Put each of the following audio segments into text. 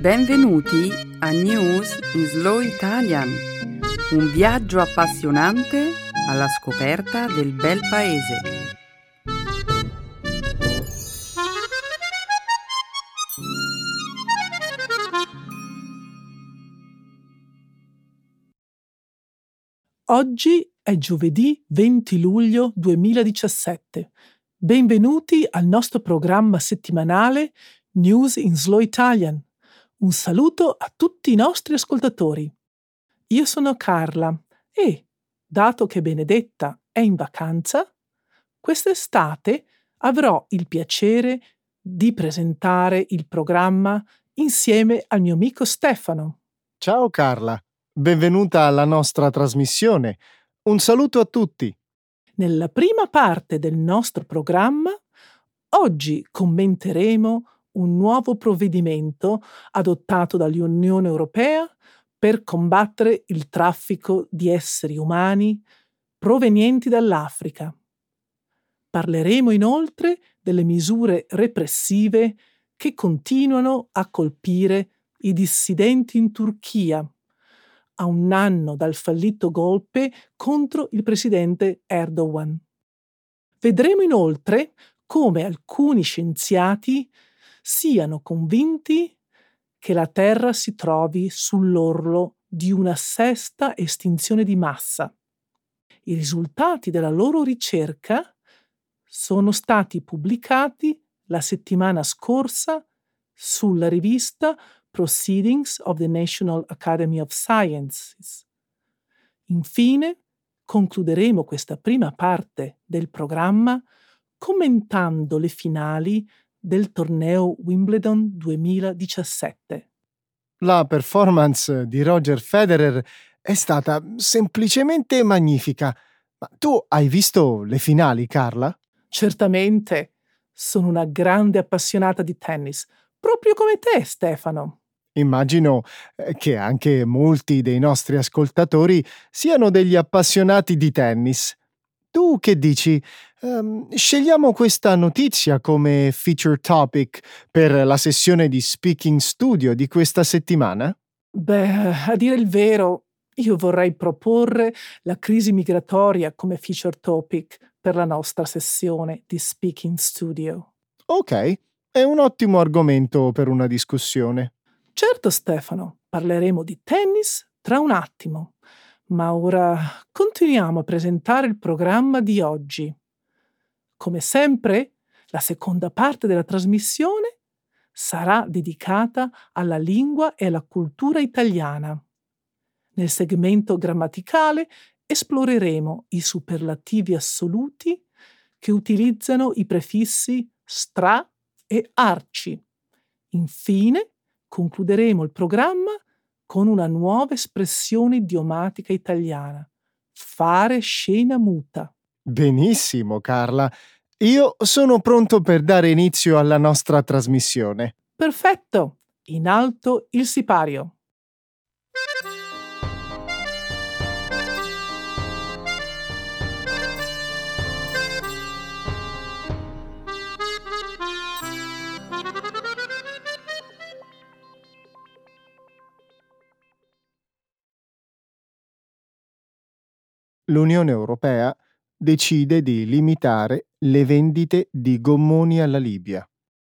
Benvenuti a News in Slow Italian, un viaggio appassionante alla scoperta del bel paese. Oggi è giovedì 20 luglio 2017. Benvenuti al nostro programma settimanale News in Slow Italian. Un saluto a tutti i nostri ascoltatori. Io sono Carla e, dato che Benedetta è in vacanza, quest'estate avrò il piacere di presentare il programma insieme al mio amico Stefano. Ciao Carla, benvenuta alla nostra trasmissione. Un saluto a tutti. Nella prima parte del nostro programma, oggi commenteremo un nuovo provvedimento adottato dall'Unione Europea per combattere il traffico di esseri umani provenienti dall'Africa. Parleremo inoltre delle misure repressive che continuano a colpire i dissidenti in Turchia, a un anno dal fallito golpe contro il presidente Erdogan. Vedremo inoltre come alcuni scienziati siano convinti che la Terra si trovi sull'orlo di una sesta estinzione di massa. I risultati della loro ricerca sono stati pubblicati la settimana scorsa sulla rivista Proceedings of the National Academy of Sciences. Infine, concluderemo questa prima parte del programma commentando le finali del torneo Wimbledon 2017. La performance di Roger Federer è stata semplicemente magnifica. Ma tu hai visto le finali, Carla? Certamente, sono una grande appassionata di tennis, proprio come te, Stefano. Immagino che anche molti dei nostri ascoltatori siano degli appassionati di tennis. Tu che dici? Scegliamo questa notizia come feature topic per la sessione di Speaking Studio di questa settimana? Beh, a dire il vero, io vorrei proporre la crisi migratoria come feature topic per la nostra sessione di Speaking Studio. Ok, è un ottimo argomento per una discussione. Certo, Stefano, parleremo di tennis tra un attimo, ma ora continuiamo a presentare il programma di oggi. Come sempre, la seconda parte della trasmissione sarà dedicata alla lingua e alla cultura italiana. Nel segmento grammaticale esploreremo i superlativi assoluti che utilizzano i prefissi stra e arci. Infine, concluderemo il programma con una nuova espressione idiomatica italiana: fare scena muta. Benissimo, Carla. Io sono pronto per dare inizio alla nostra trasmissione. Perfetto! In alto il sipario. L'Unione Europea decide di limitare le vendite di gommoni alla Libia.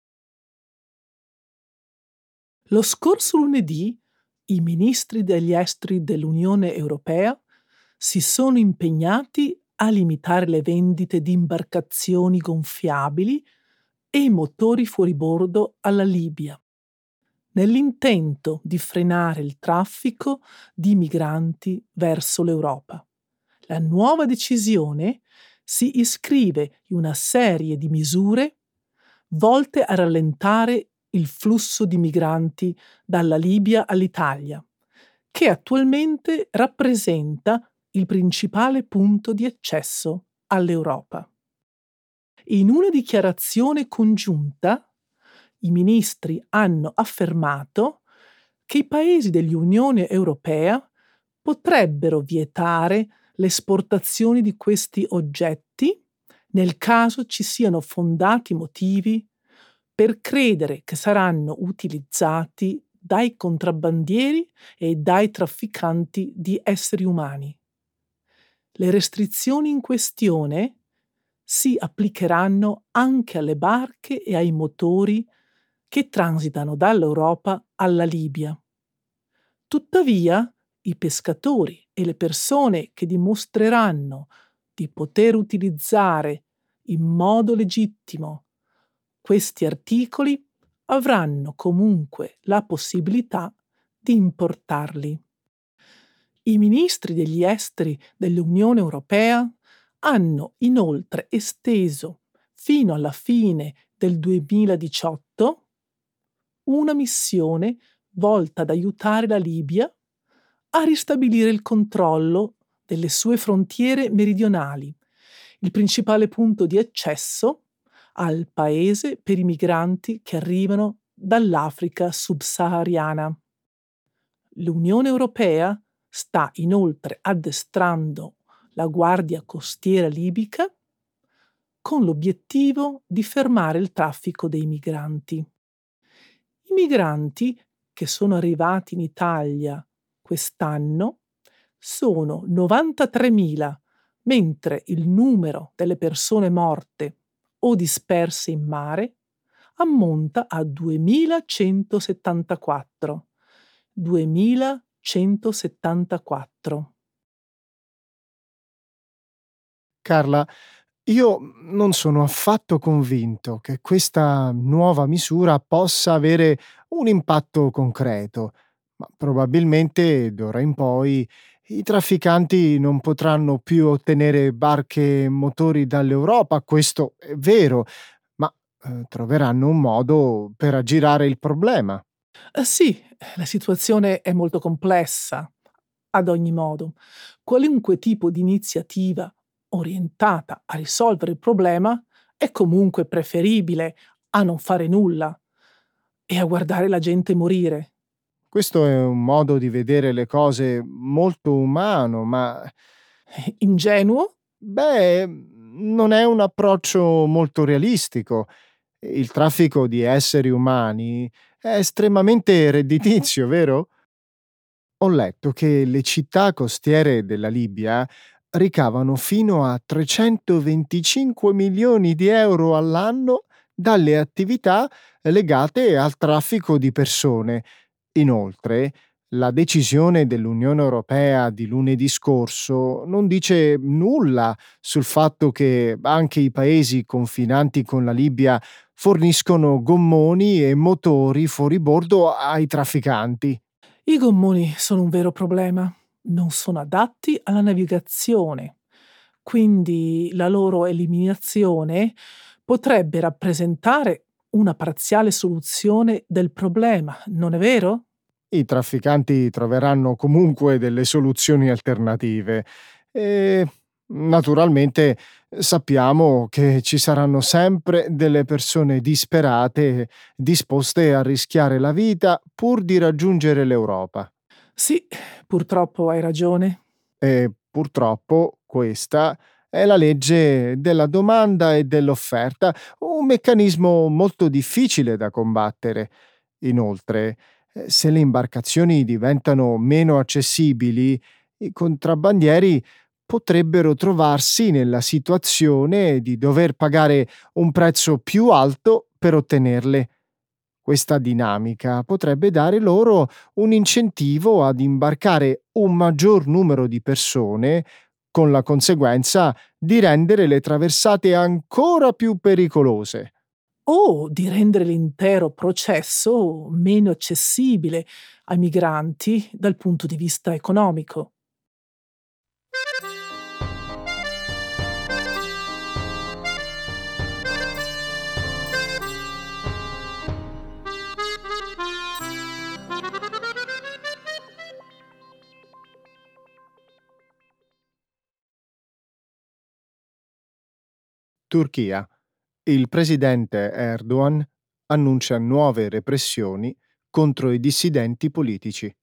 Lo scorso lunedì i ministri degli esteri dell'Unione Europea si sono impegnati a limitare le vendite di imbarcazioni gonfiabili e motori fuoribordo alla Libia, nell'intento di frenare il traffico di migranti verso l'Europa. La nuova decisione si iscrive in una serie di misure volte a rallentare il flusso di migranti dalla Libia all'Italia, che attualmente rappresenta il principale punto di accesso all'Europa. In una dichiarazione congiunta, i ministri hanno affermato che i paesi dell'Unione Europea potrebbero vietare le esportazioni di questi oggetti nel caso ci siano fondati motivi per credere che saranno utilizzati dai contrabbandieri e dai trafficanti di esseri umani. Le restrizioni in questione si applicheranno anche alle barche e ai motori che transitano dall'Europa alla Libia. Tuttavia, i pescatori e le persone che dimostreranno di poter utilizzare in modo legittimo questi articoli avranno comunque la possibilità di importarli. I ministri degli esteri dell'Unione Europea hanno inoltre esteso fino alla fine del 2018 una missione volta ad aiutare la Libia a ristabilire il controllo delle sue frontiere meridionali, il principale punto di accesso al paese per i migranti che arrivano dall'Africa subsahariana. L'Unione Europea sta inoltre addestrando la Guardia Costiera libica con l'obiettivo di fermare il traffico dei migranti. I migranti che sono arrivati in Italia quest'anno sono 93.000, mentre il numero delle persone morte o disperse in mare ammonta a 2174. 2174. Carla, io non sono affatto convinto che questa nuova misura possa avere un impatto concreto, ma probabilmente d'ora in poi i trafficanti non potranno più ottenere barche e motori dall'Europa, questo è vero, ma troveranno un modo per aggirare il problema. Sì, la situazione è molto complessa. Ad ogni modo, qualunque tipo di iniziativa orientata a risolvere il problema è comunque preferibile a non fare nulla e a guardare la gente morire. Questo è un modo di vedere le cose molto umano, ma Ingenuo? beh, non è un approccio molto realistico. Il traffico di esseri umani è estremamente redditizio, vero? Ho letto che le città costiere della Libia ricavano fino a 325 milioni di euro all'anno dalle attività legate al traffico di persone. Inoltre, la decisione dell'Unione Europea di lunedì scorso non dice nulla sul fatto che anche i paesi confinanti con la Libia forniscono gommoni e motori fuoribordo ai trafficanti. I gommoni sono un vero problema. Non sono adatti alla navigazione, quindi la loro eliminazione potrebbe rappresentare una parziale soluzione del problema, non è vero? I trafficanti troveranno comunque delle soluzioni alternative e naturalmente sappiamo che ci saranno sempre delle persone disperate disposte a rischiare la vita pur di raggiungere l'Europa. Sì, purtroppo hai ragione. E purtroppo questa è la legge della domanda e dell'offerta, un meccanismo molto difficile da combattere. Inoltre, se le imbarcazioni diventano meno accessibili, i contrabbandieri potrebbero trovarsi nella situazione di dover pagare un prezzo più alto per ottenerle. Questa dinamica potrebbe dare loro un incentivo ad imbarcare un maggior numero di persone, con la conseguenza di rendere le traversate ancora più pericolose. O di rendere l'intero processo meno accessibile ai migranti dal punto di vista economico. Turchia. Il presidente Erdogan annuncia nuove repressioni contro i dissidenti politici.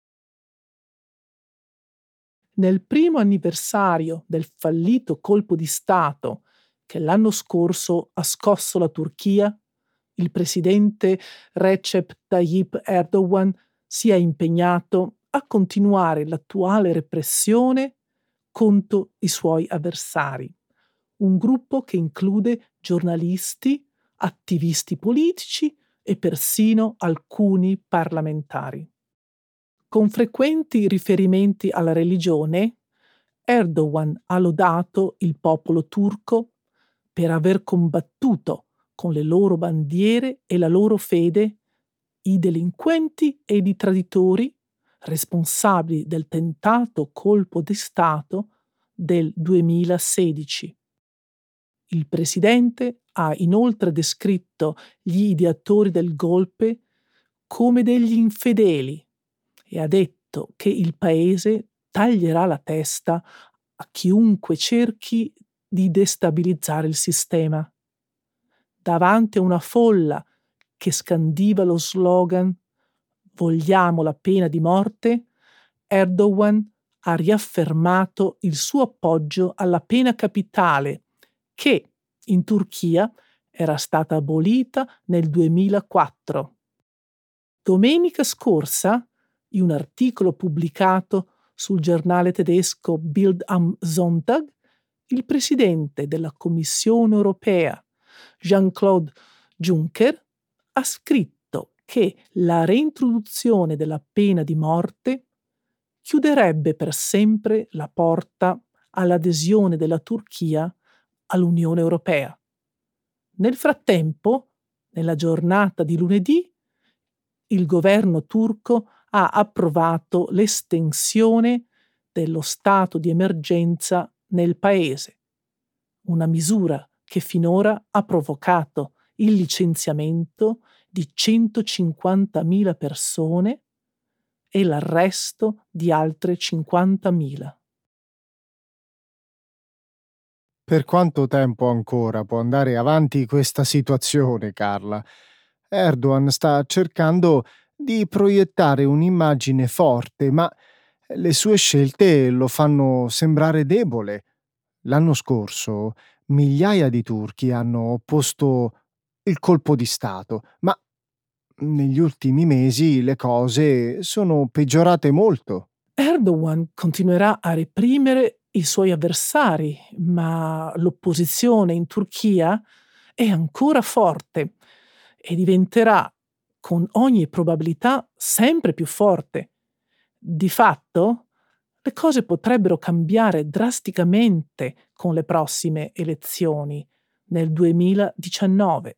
Nel primo anniversario del fallito colpo di Stato che l'anno scorso ha scosso la Turchia, il presidente Recep Tayyip Erdogan si è impegnato a continuare l'attuale repressione contro i suoi avversari, un gruppo che include giornalisti, attivisti politici e persino alcuni parlamentari. Con frequenti riferimenti alla religione, Erdogan ha lodato il popolo turco per aver combattuto con le loro bandiere e la loro fede i delinquenti ed i traditori responsabili del tentato colpo di Stato del 2016. Il presidente ha inoltre descritto gli ideatori del golpe come degli infedeli e ha detto che il paese taglierà la testa a chiunque cerchi di destabilizzare il sistema. Davanti a una folla che scandiva lo slogan "Vogliamo la pena di morte", Erdogan ha riaffermato il suo appoggio alla pena capitale, che in Turchia era stata abolita nel 2004. Domenica scorsa, in un articolo pubblicato sul giornale tedesco Bild am Sonntag, il presidente della Commissione europea, Jean-Claude Juncker, ha scritto che la reintroduzione della pena di morte chiuderebbe per sempre la porta all'adesione della Turchia all'Unione Europea. Nel frattempo, nella giornata di lunedì, il governo turco ha approvato l'estensione dello stato di emergenza nel paese, una misura che finora ha provocato il licenziamento di 150.000 persone e l'arresto di altre 50.000. Per quanto tempo ancora può andare avanti questa situazione, Carla? Erdogan sta cercando di proiettare un'immagine forte, ma le sue scelte lo fanno sembrare debole. L'anno scorso migliaia di turchi hanno opposto il colpo di Stato, ma negli ultimi mesi le cose sono peggiorate molto. Erdogan continuerà a reprimere i suoi avversari, ma l'opposizione in Turchia è ancora forte e diventerà con ogni probabilità sempre più forte. Di fatto, le cose potrebbero cambiare drasticamente con le prossime elezioni nel 2019.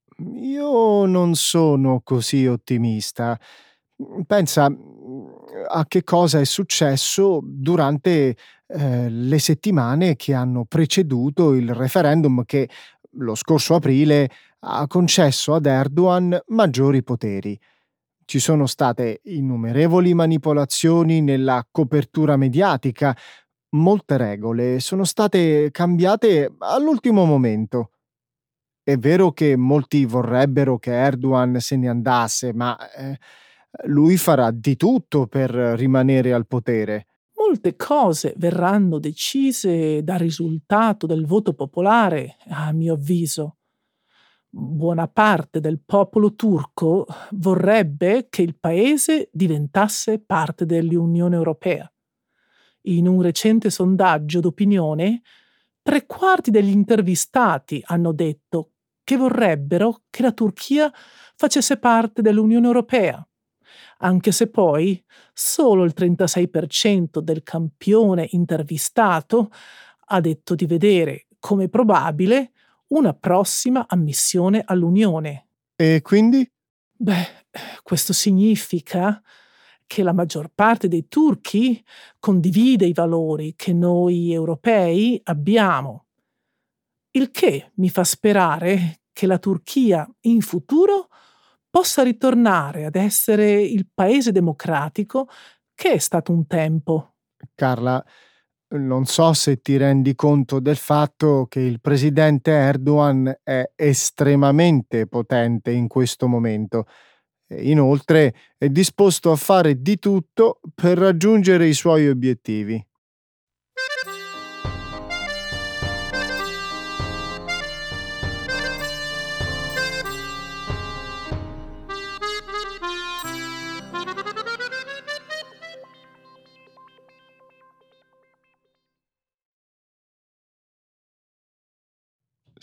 Io non sono così ottimista. Pensa a che cosa è successo durante le settimane che hanno preceduto il referendum che lo scorso aprile ha concesso ad Erdogan maggiori poteri. Ci sono state innumerevoli manipolazioni nella copertura mediatica, molte regole sono state cambiate all'ultimo momento. È vero che molti vorrebbero che Erdogan se ne andasse, ma lui farà di tutto per rimanere al potere. Molte cose verranno decise dal risultato del voto popolare, a mio avviso. Buona parte del popolo turco vorrebbe che il paese diventasse parte dell'Unione Europea. In un recente sondaggio d'opinione, 3/4 degli intervistati hanno detto che vorrebbero che la Turchia facesse parte dell'Unione Europea, anche se poi solo il 36% del campione intervistato ha detto di vedere come probabile una prossima ammissione all'Unione. E quindi? Questo significa che la maggior parte dei turchi condivide i valori che noi europei abbiamo, il che mi fa sperare che la Turchia in futuro possa ritornare ad essere il paese democratico che è stato un tempo. Carla, non so se ti rendi conto del fatto che il presidente Erdogan è estremamente potente in questo momento e inoltre è disposto a fare di tutto per raggiungere i suoi obiettivi.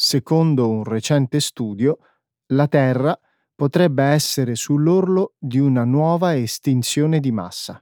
Secondo un recente studio, la Terra potrebbe essere sull'orlo di una nuova estinzione di massa.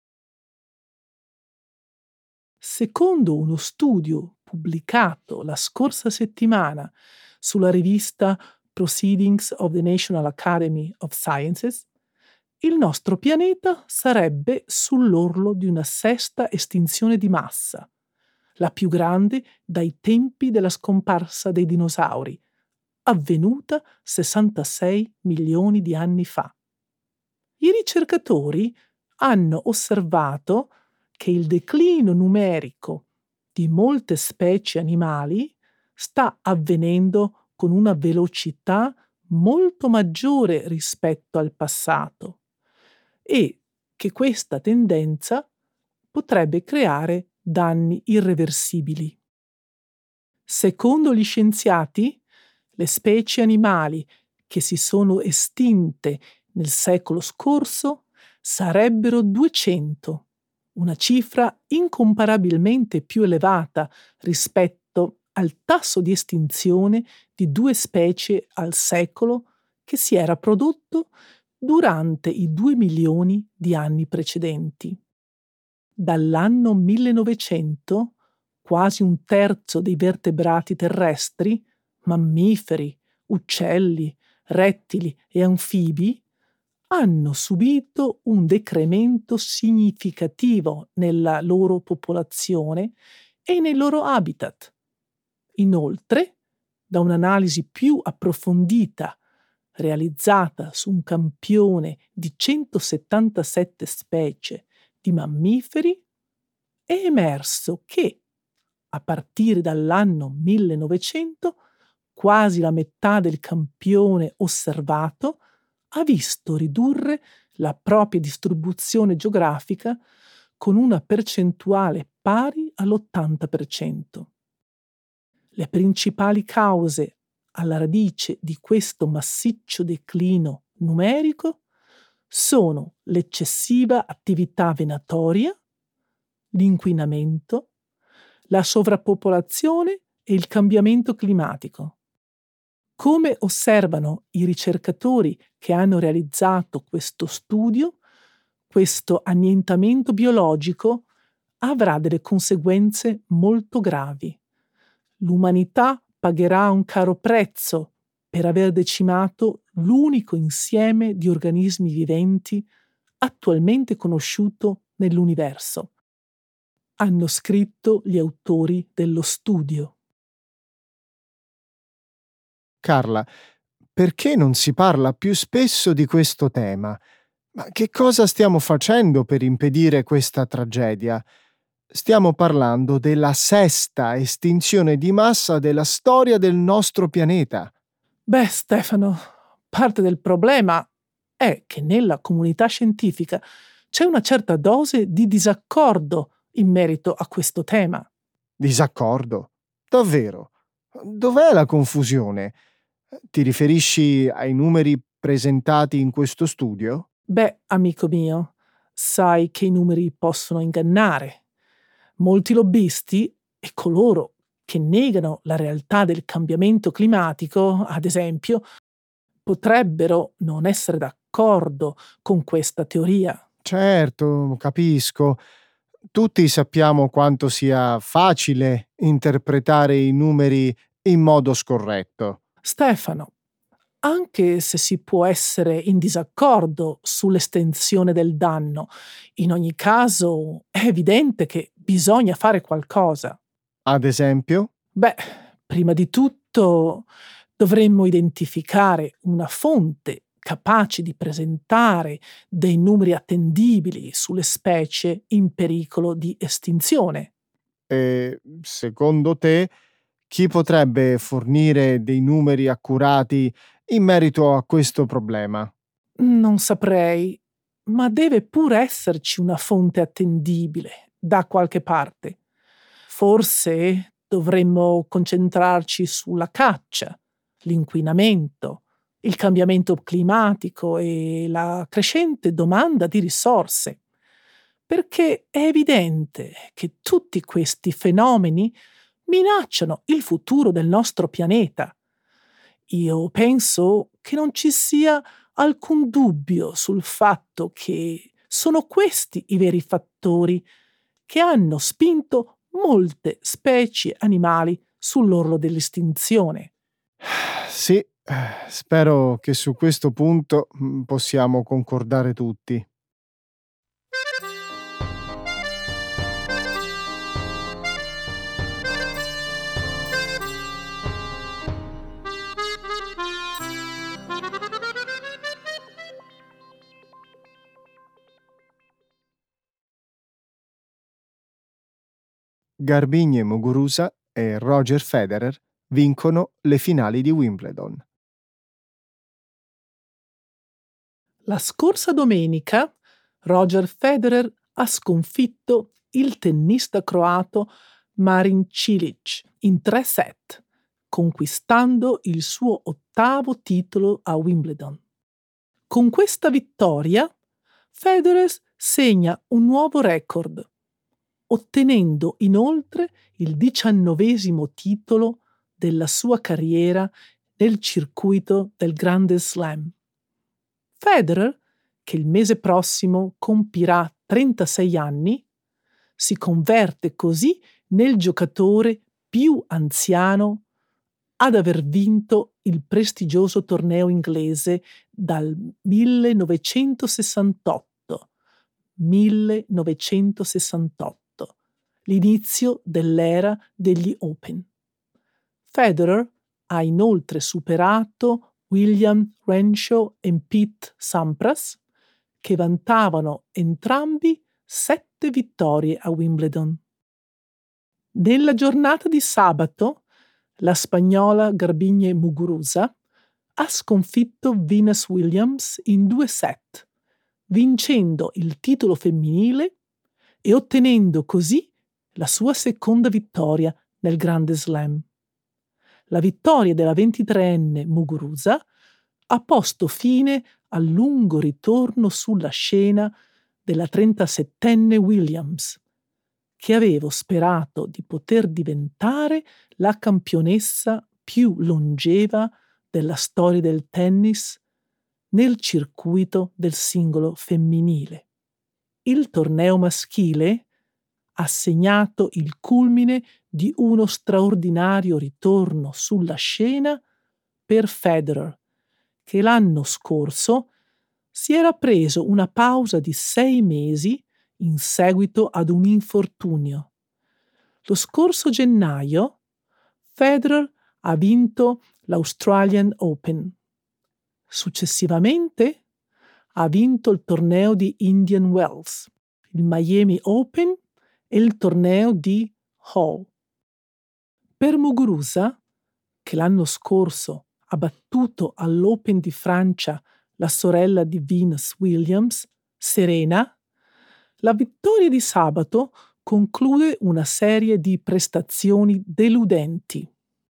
Secondo uno studio pubblicato la scorsa settimana sulla rivista Proceedings of the National Academy of Sciences, il nostro pianeta sarebbe sull'orlo di una sesta estinzione di massa, la più grande dai tempi della scomparsa dei dinosauri, avvenuta 66 milioni di anni fa. I ricercatori hanno osservato che il declino numerico di molte specie animali sta avvenendo con una velocità molto maggiore rispetto al passato e che questa tendenza potrebbe creare danni irreversibili. Secondo gli scienziati, le specie animali che si sono estinte nel secolo scorso sarebbero 200, una cifra incomparabilmente più elevata rispetto al tasso di estinzione di 2 specie al secolo che si era prodotto durante i 2 milioni di anni precedenti. Dall'anno 1900, quasi un terzo dei vertebrati terrestri, mammiferi, uccelli, rettili e anfibi, hanno subito un decremento significativo nella loro popolazione e nei loro habitat. Inoltre, da un'analisi più approfondita realizzata su un campione di 177 specie di mammiferi, è emerso che, a partire dall'anno 1900, quasi la metà del campione osservato ha visto ridurre la propria distribuzione geografica con una percentuale pari all'80%. Le principali cause alla radice di questo massiccio declino numerico sono l'eccessiva attività venatoria, l'inquinamento, la sovrappopolazione e il cambiamento climatico. Come osservano i ricercatori che hanno realizzato questo studio, questo annientamento biologico avrà delle conseguenze molto gravi. L'umanità pagherà un caro prezzo per aver decimato l'unico insieme di organismi viventi attualmente conosciuto nell'universo. Hanno scritto gli autori dello studio. Carla, perché non si parla più spesso di questo tema? Ma che cosa stiamo facendo per impedire questa tragedia? Stiamo parlando della sesta estinzione di massa della storia del nostro pianeta. Beh, Stefano, parte del problema è che nella comunità scientifica c'è una certa dose di disaccordo in merito a questo tema. Disaccordo? Davvero? Dov'è la confusione? Ti riferisci ai numeri presentati in questo studio? Beh, amico mio, sai che i numeri possono ingannare. Molti lobbisti e coloro che negano la realtà del cambiamento climatico, ad esempio, potrebbero non essere d'accordo con questa teoria. Certo, capisco. Tutti sappiamo quanto sia facile interpretare i numeri in modo scorretto. Stefano, anche se si può essere in disaccordo sull'estensione del danno, in ogni caso è evidente che bisogna fare qualcosa. Ad esempio? Beh, prima di tutto dovremmo identificare una fonte capace di presentare dei numeri attendibili sulle specie in pericolo di estinzione. E secondo te, chi potrebbe fornire dei numeri accurati in merito a questo problema? Non saprei, ma deve pure esserci una fonte attendibile da qualche parte. Forse dovremmo concentrarci sulla caccia, l'inquinamento, il cambiamento climatico e la crescente domanda di risorse, perché è evidente che tutti questi fenomeni minacciano il futuro del nostro pianeta. Io penso che non ci sia alcun dubbio sul fatto che sono questi i veri fattori che hanno spinto molte specie animali sull'orlo dell'estinzione. Sì, spero che su questo punto possiamo concordare tutti. Garbiñe Muguruza e Roger Federer vincono le finali di Wimbledon. La scorsa domenica Roger Federer ha sconfitto il tennista croato Marin Cilic in 3 set, conquistando il suo 8º titolo a Wimbledon. Con questa vittoria Federer segna un nuovo record, ottenendo inoltre il 19° titolo della sua carriera nel circuito del Grande Slam. Federer, che il mese prossimo compirà 36 anni, si converte così nel giocatore più anziano ad aver vinto il prestigioso torneo inglese dal 1968, l'inizio dell'era degli Open. Federer ha inoltre superato William Renshaw e Pete Sampras, che vantavano entrambi 7 vittorie a Wimbledon. Nella giornata di sabato, la spagnola Garbiñe Muguruza ha sconfitto Venus Williams in 2 set, vincendo il titolo femminile e ottenendo così la sua seconda vittoria nel Grande Slam. La vittoria della 23enne Muguruza ha posto fine al lungo ritorno sulla scena della 37enne Williams, che avevo sperato di poter diventare la campionessa più longeva della storia del tennis nel circuito del singolo femminile. Il torneo maschile ha segnato il culmine di uno straordinario ritorno sulla scena per Federer, che l'anno scorso si era preso una pausa di 6 mesi in seguito ad un infortunio. Lo scorso gennaio Federer ha vinto l'Australian Open. Successivamente ha vinto il torneo di Indian Wells, il Miami Open e il torneo di Hall. Per Muguruza, che l'anno scorso ha battuto all'Open di Francia la sorella di Venus Williams, Serena, la vittoria di sabato conclude una serie di prestazioni deludenti.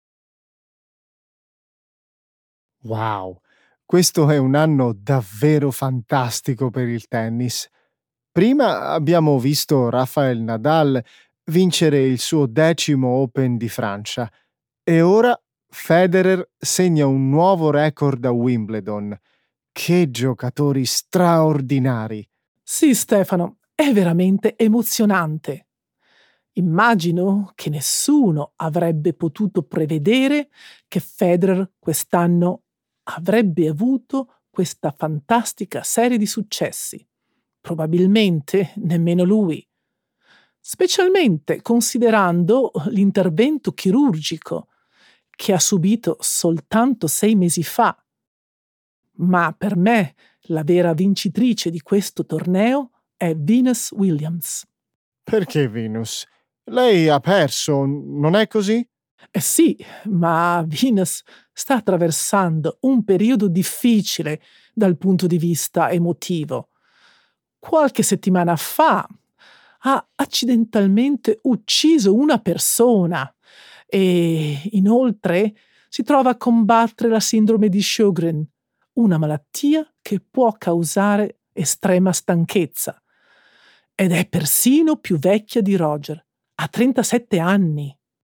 Wow, questo è un anno davvero fantastico per il tennis. Prima abbiamo visto Rafael Nadal vincere il suo 10° Open di Francia e ora Federer segna un nuovo record a Wimbledon. Che giocatori straordinari! Sì, Stefano, è veramente emozionante. Immagino che nessuno avrebbe potuto prevedere che Federer quest'anno avrebbe avuto questa fantastica serie di successi. Probabilmente nemmeno lui. Specialmente considerando l'intervento chirurgico che ha subito soltanto 6 mesi fa. Ma per me la vera vincitrice di questo torneo è Venus Williams. Perché Venus? Lei ha perso, non è così? Sì, ma Venus sta attraversando un periodo difficile dal punto di vista emotivo. Qualche settimana fa ha accidentalmente ucciso una persona e inoltre si trova a combattere la sindrome di Sjögren, una malattia che può causare estrema stanchezza. Ed è persino più vecchia di Roger, ha 37 anni.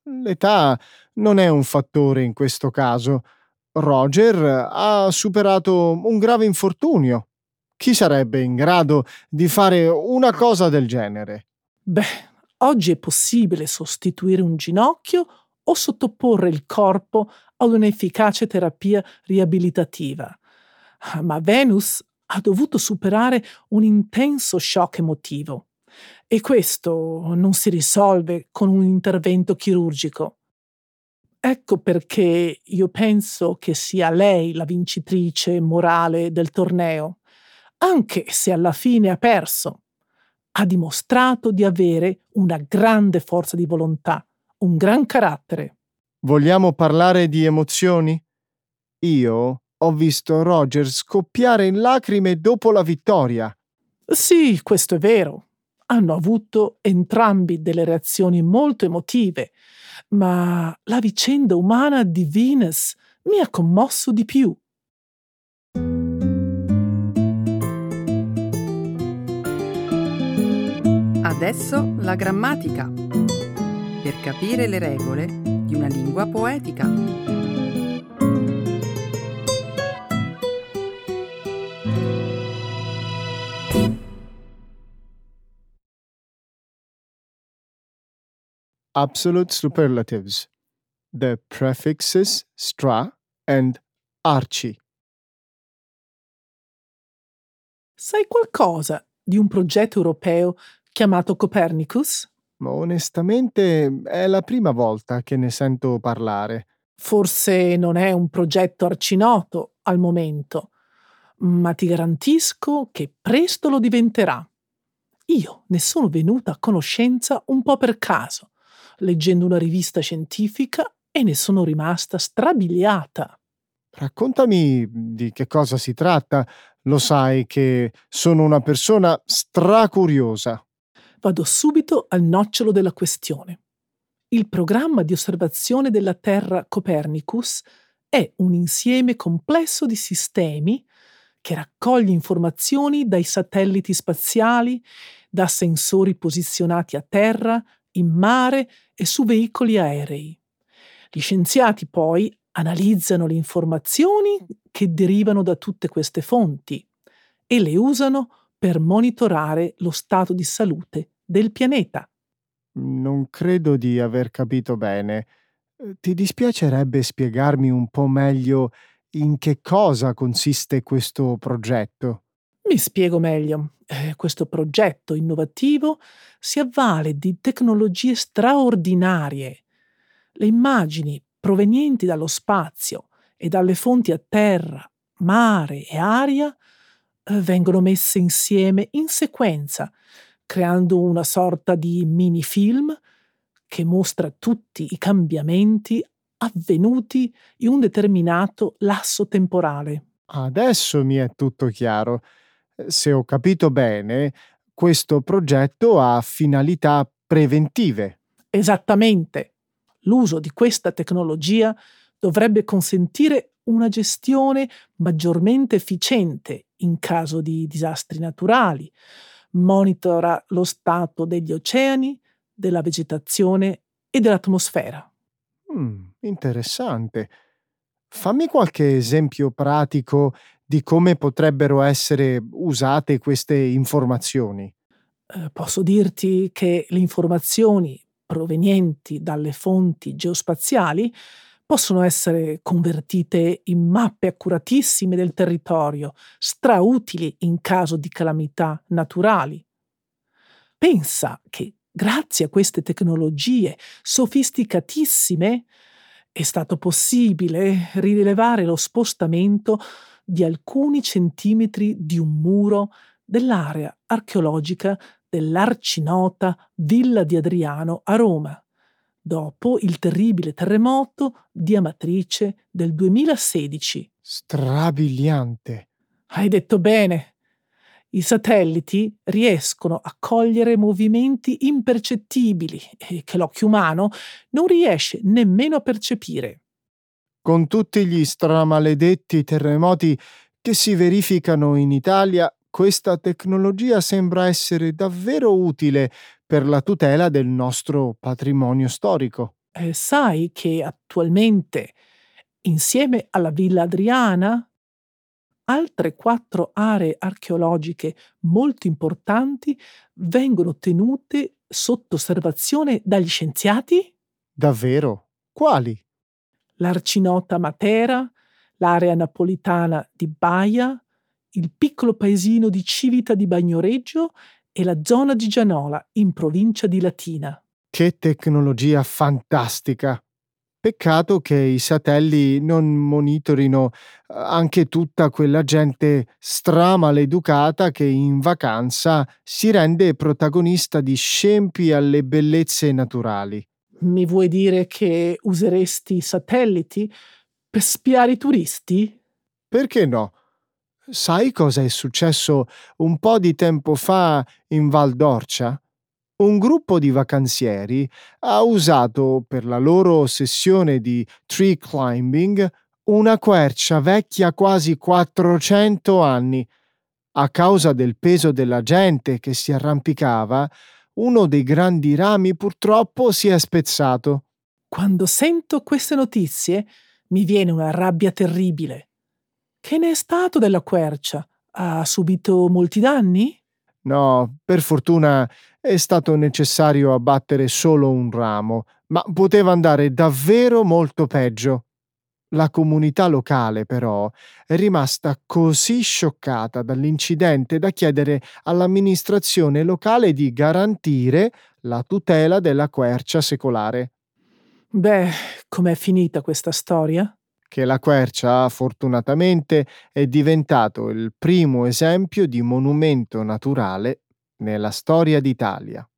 L'età non è un fattore in questo caso. Roger ha superato un grave infortunio. Chi sarebbe in grado di fare una cosa del genere? Beh, oggi è possibile sostituire un ginocchio o sottoporre il corpo ad un'efficace terapia riabilitativa. Ma Venus ha dovuto superare un intenso shock emotivo e questo non si risolve con un intervento chirurgico. Ecco perché io penso che sia lei la vincitrice morale del torneo, anche se alla fine ha perso. Ha dimostrato di avere una grande forza di volontà, un gran carattere. Vogliamo parlare di emozioni? Io ho visto Roger scoppiare in lacrime dopo la vittoria. Sì, questo è vero. Hanno avuto entrambi delle reazioni molto emotive, ma la vicenda umana di Venus mi ha commosso di più. Adesso la grammatica, per capire le regole di una lingua poetica. Absolute superlatives. The prefixes stra and archi. Sai qualcosa di un progetto europeo chiamato Copernicus? Ma onestamente è la prima volta che ne sento parlare. Forse non è un progetto arcinoto al momento, ma ti garantisco che presto lo diventerà. Io ne sono venuta a conoscenza un po' per caso, leggendo una rivista scientifica e ne sono rimasta strabiliata. Raccontami di che cosa si tratta. Lo sai che sono una persona stracuriosa. Vado subito al nocciolo della questione. Il programma di osservazione della Terra Copernicus è un insieme complesso di sistemi che raccoglie informazioni dai satelliti spaziali, da sensori posizionati a terra, in mare e su veicoli aerei. Gli scienziati poi analizzano le informazioni che derivano da tutte queste fonti e le usano per monitorare lo stato di salute del pianeta. Non credo di aver capito bene. Ti dispiacerebbe spiegarmi un po' meglio in che cosa consiste questo progetto? Mi spiego meglio. Questo progetto innovativo si avvale di tecnologie straordinarie. Le immagini provenienti dallo spazio e dalle fonti a terra, mare e aria vengono messe insieme in sequenza, creando una sorta di mini film che mostra tutti i cambiamenti avvenuti in un determinato lasso temporale. Adesso mi è tutto chiaro. Se ho capito bene, questo progetto ha finalità preventive. Esattamente. L'uso di questa tecnologia dovrebbe consentire una gestione maggiormente efficiente in caso di disastri naturali, monitora lo stato degli oceani, della vegetazione e dell'atmosfera. Interessante. Fammi qualche esempio pratico di come potrebbero essere usate queste informazioni. Posso dirti che le informazioni provenienti dalle fonti geospaziali possono essere convertite in mappe accuratissime del territorio, strautili in caso di calamità naturali. Pensa che grazie a queste tecnologie sofisticatissime è stato possibile rilevare lo spostamento di alcuni centimetri di un muro dell'area archeologica dell'arcinota Villa di Adriano a Roma, dopo il terribile terremoto di Amatrice del 2016. Strabiliante. Hai detto bene. I satelliti riescono a cogliere movimenti impercettibili e che l'occhio umano non riesce nemmeno a percepire. Con tutti gli stramaledetti terremoti che si verificano in Italia, questa tecnologia sembra essere davvero utile per la tutela del nostro patrimonio storico. Sai che attualmente, insieme alla Villa Adriana, altre 4 aree archeologiche molto importanti vengono tenute sotto osservazione dagli scienziati? Davvero? Quali? L'Arcinota Matera, l'area napolitana di Baia, il piccolo paesino di Civita di Bagnoregio e la zona di Gianola, in provincia di Latina. Che tecnologia fantastica! Peccato che i satelliti non monitorino anche tutta quella gente stramaleducata che in vacanza si rende protagonista di scempi alle bellezze naturali. Mi vuoi dire che useresti i satelliti per spiare i turisti? Perché no? Sai cosa è successo un po' di tempo fa in Val d'Orcia? Un gruppo di vacanzieri ha usato per la loro sessione di tree climbing una quercia vecchia quasi 400 anni. A causa del peso della gente che si arrampicava, uno dei grandi rami purtroppo si è spezzato. Quando sento queste notizie mi viene una rabbia terribile. Che ne è stato della quercia? Ha subito molti danni? No, per fortuna è stato necessario abbattere solo un ramo, ma poteva andare davvero molto peggio. La comunità locale, però, è rimasta così scioccata dall'incidente da chiedere all'amministrazione locale di garantire la tutela della quercia secolare. Beh, com'è finita questa storia? Che la quercia, fortunatamente, è diventato il primo esempio di monumento naturale nella storia d'Italia.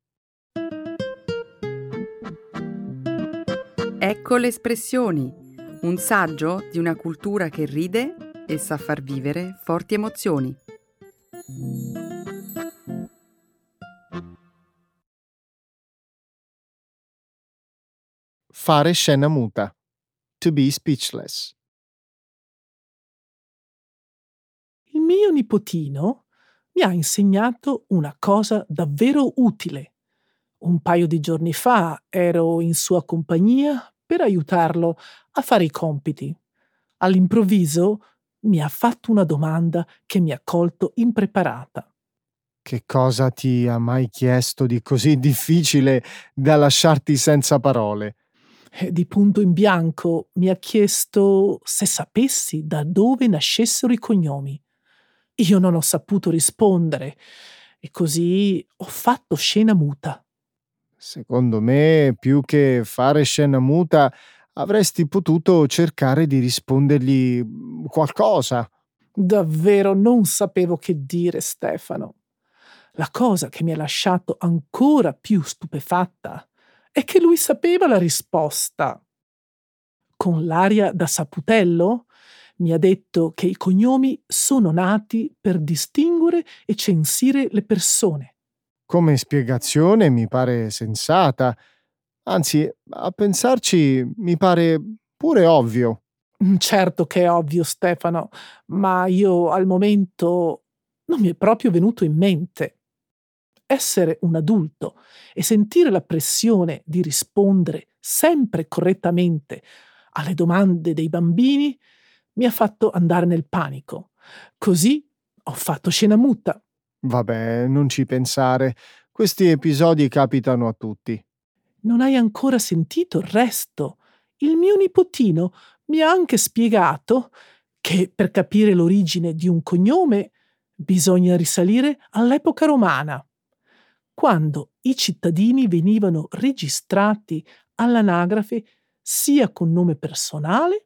Ecco le espressioni, un saggio di una cultura che ride e sa far vivere forti emozioni. Fare scena muta. To be speechless. Il mio nipotino mi ha insegnato una cosa davvero utile. Un paio di giorni fa ero in sua compagnia per aiutarlo a fare i compiti. All'improvviso mi ha fatto una domanda che mi ha colto impreparata. Che cosa ti ha mai chiesto di così difficile da lasciarti senza parole? Di punto in bianco mi ha chiesto se sapessi da dove nascessero i cognomi. Io non ho saputo rispondere e così ho fatto scena muta. Secondo me, più che fare scena muta, avresti potuto cercare di rispondergli qualcosa. Davvero non sapevo che dire, Stefano. La cosa che mi ha lasciato ancora più stupefatta è che lui sapeva la risposta. Con l'aria da saputello mi ha detto che i cognomi sono nati per distinguere e censire le persone. Come spiegazione mi pare sensata, anzi, a pensarci mi pare pure ovvio. Certo che è ovvio, Stefano, ma io al momento non mi è proprio venuto in mente. Essere un adulto e sentire la pressione di rispondere sempre correttamente alle domande dei bambini mi ha fatto andare nel panico. Così ho fatto scena muta. Vabbè, non ci pensare. Questi episodi capitano a tutti. Non hai ancora sentito il resto. Il mio nipotino mi ha anche spiegato che per capire l'origine di un cognome bisogna risalire all'epoca romana, quando i cittadini venivano registrati all'anagrafe sia con nome personale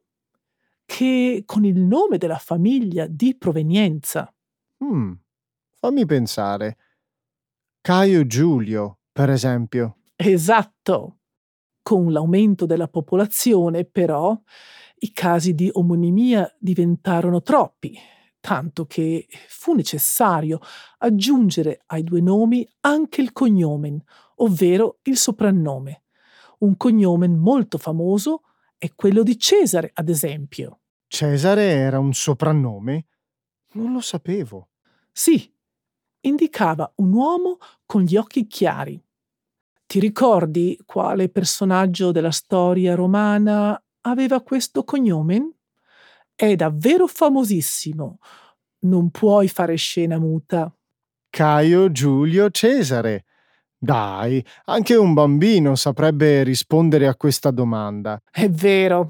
che con il nome della famiglia di provenienza. Hmm, fammi pensare. Caio Giulio, per esempio. Esatto. Con l'aumento della popolazione, però, i casi di omonimia diventarono troppi, tanto che fu necessario aggiungere ai 2 nomi anche il cognomen, ovvero il soprannome. Un cognomen molto famoso è quello di Cesare, ad esempio. Cesare era un soprannome? Non lo sapevo. Sì, indicava un uomo con gli occhi chiari. Ti ricordi quale personaggio della storia romana aveva questo cognome? È davvero famosissimo. Non puoi fare scena muta. Caio Giulio Cesare. Dai, anche un bambino saprebbe rispondere a questa domanda. È vero.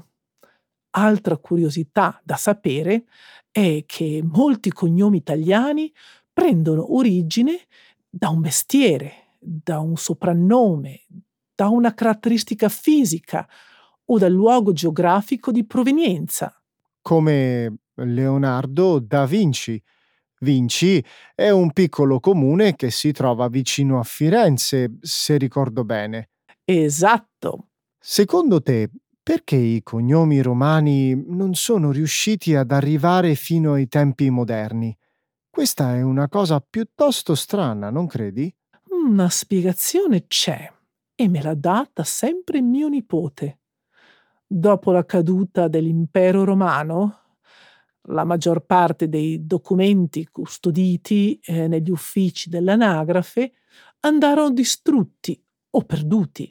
Altra curiosità da sapere è che molti cognomi italiani prendono origine da un mestiere, da un soprannome, da una caratteristica fisica o dal luogo geografico di provenienza. Come Leonardo da Vinci. Vinci è un piccolo comune che si trova vicino a Firenze, se ricordo bene. Esatto. Secondo te, perché i cognomi romani non sono riusciti ad arrivare fino ai tempi moderni? Questa è una cosa piuttosto strana, non credi? Una spiegazione c'è e me l'ha data sempre mio nipote. Dopo la caduta dell'impero romano, la maggior parte dei documenti custoditi negli uffici dell'anagrafe andarono distrutti o perduti.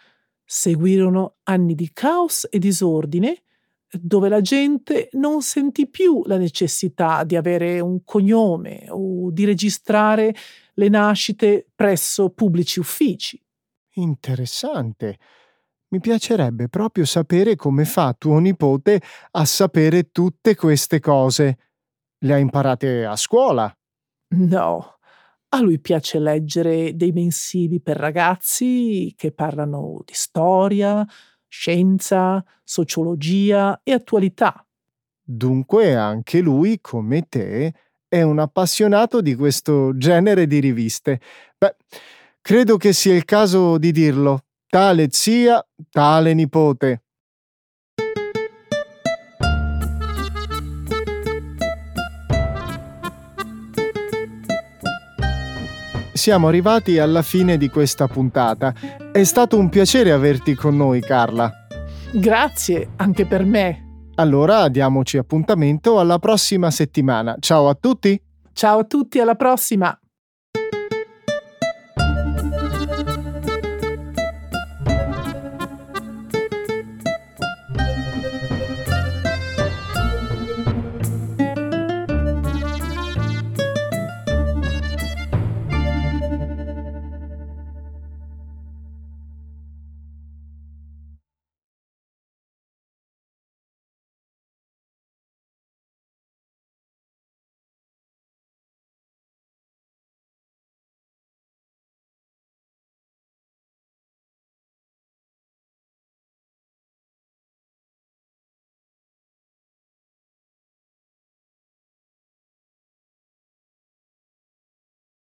Seguirono anni di caos e disordine, dove la gente non sentì più la necessità di avere un cognome o di registrare le nascite presso pubblici uffici. Interessante. Mi piacerebbe proprio sapere come fa tuo nipote a sapere tutte queste cose. Le ha imparate a scuola? No, a lui piace leggere dei mensili per ragazzi che parlano di storia, scienza, sociologia e attualità. Dunque anche lui, come te, è un appassionato di questo genere di riviste. Beh, credo che sia il caso di dirlo. Tale zia, tale nipote. Siamo arrivati alla fine di questa puntata. È stato un piacere averti con noi, Carla. Grazie, anche per me. Allora diamoci appuntamento alla prossima settimana. Ciao a tutti! Ciao a tutti, alla prossima!